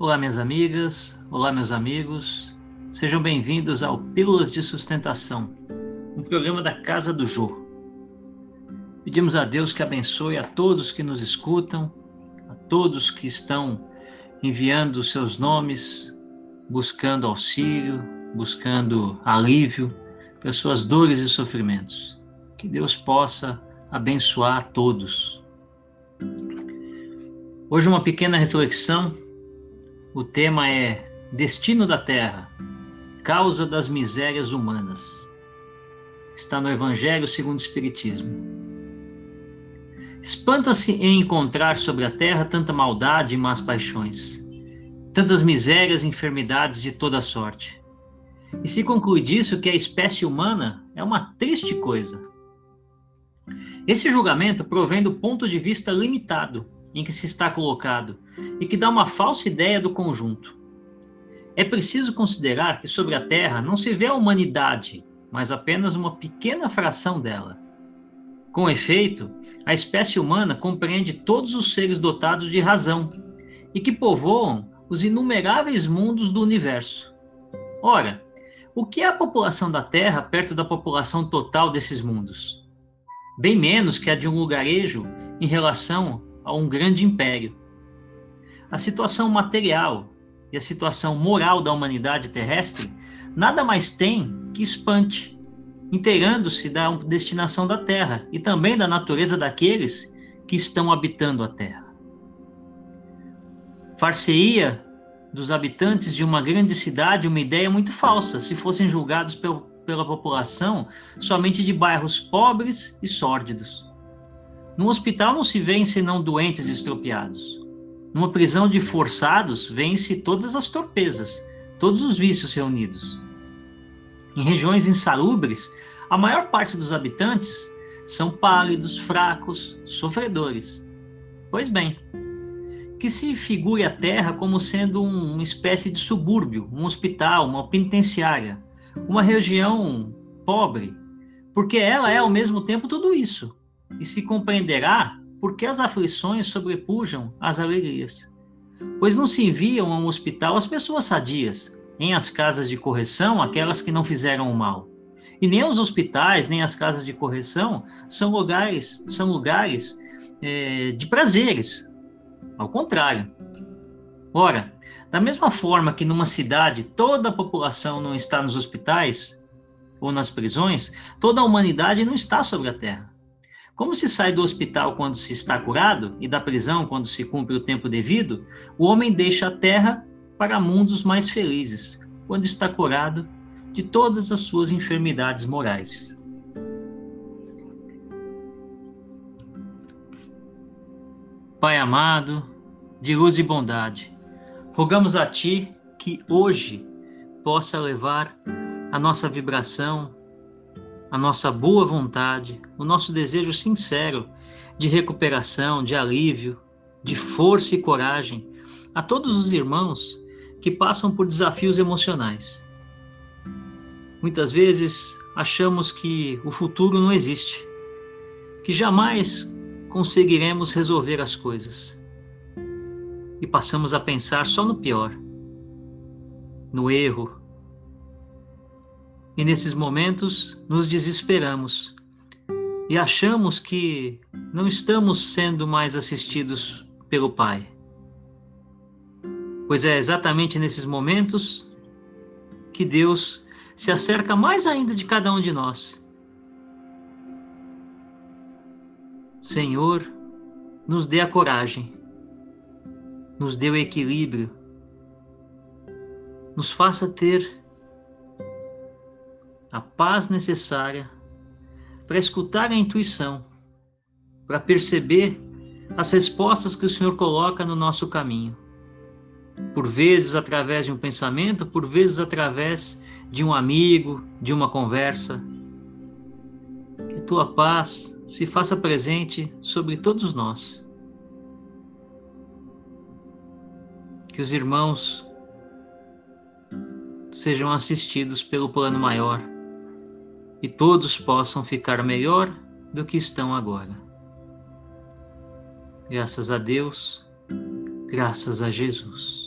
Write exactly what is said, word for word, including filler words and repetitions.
Olá, minhas amigas, olá, meus amigos, sejam bem-vindos ao Pílulas de Sustentação, um programa da Casa do Jô. Pedimos a Deus que abençoe a todos que nos escutam, a todos que estão enviando seus nomes, buscando auxílio, buscando alívio para suas dores e sofrimentos. Que Deus possa abençoar a todos. Hoje uma pequena reflexão. O tema é Destino da Terra, Causa das Misérias Humanas. Está no Evangelho segundo o Espiritismo. Espanta-se em encontrar sobre a terra tanta maldade e más paixões, tantas misérias e enfermidades de toda sorte. E se conclui disso que a espécie humana é uma triste coisa. Esse julgamento provém do ponto de vista limitado em que se está colocado e que dá uma falsa ideia do conjunto. É preciso considerar que sobre a Terra não se vê a humanidade, mas apenas uma pequena fração dela. Com efeito, a espécie humana compreende todos os seres dotados de razão e que povoam os inumeráveis mundos do universo. Ora, o que é a população da Terra perto da população total desses mundos? Bem menos que a de um lugarejo em relação a um grande império. A situação material e a situação moral da humanidade terrestre nada mais tem que espante, inteirando-se da destinação da Terra e também da natureza daqueles que estão habitando a Terra. Far-se-ia dos habitantes de uma grande cidade uma ideia muito falsa se fossem julgados pel- pela população somente de bairros pobres e sórdidos. Num hospital não se vêem senão doentes estropiados. Numa prisão de forçados, vêem-se todas as torpezas, todos os vícios reunidos. Em regiões insalubres, a maior parte dos habitantes são pálidos, fracos, sofredores. Pois bem, que se figure a Terra como sendo um, uma espécie de subúrbio, um hospital, uma penitenciária, uma região pobre, porque ela é ao mesmo tempo tudo isso. E se compreenderá por que as aflições sobrepujam as alegrias. Pois não se enviam a um hospital as pessoas sadias, nem às casas de correção aquelas que não fizeram o mal. E nem os hospitais, nem as casas de correção são lugares, são lugares é, de prazeres. Ao contrário. Ora, da mesma forma que numa cidade toda a população não está nos hospitais ou nas prisões, toda a humanidade não está sobre a terra. Como se sai do hospital quando se está curado e da prisão quando se cumpre o tempo devido, o homem deixa a terra para mundos mais felizes, quando está curado de todas as suas enfermidades morais. Pai amado, de luz e bondade, rogamos a Ti que hoje possa levar a nossa vibração, a nossa boa vontade, o nosso desejo sincero de recuperação, de alívio, de força e coragem a todos os irmãos que passam por desafios emocionais. Muitas vezes achamos que o futuro não existe, que jamais conseguiremos resolver as coisas e passamos a pensar só no pior, no erro. E nesses momentos nos desesperamos e achamos que não estamos sendo mais assistidos pelo Pai. Pois é exatamente nesses momentos que Deus se acerca mais ainda de cada um de nós. Senhor, nos dê a coragem, nos dê o equilíbrio, nos faça ter a paz necessária para escutar a intuição, para perceber as respostas que o Senhor coloca no nosso caminho. Por vezes através de um pensamento, por vezes através de um amigo, de uma conversa. Que a Tua paz se faça presente sobre todos nós. Que os irmãos sejam assistidos pelo plano maior e todos possam ficar melhor do que estão agora. Graças a Deus, graças a Jesus.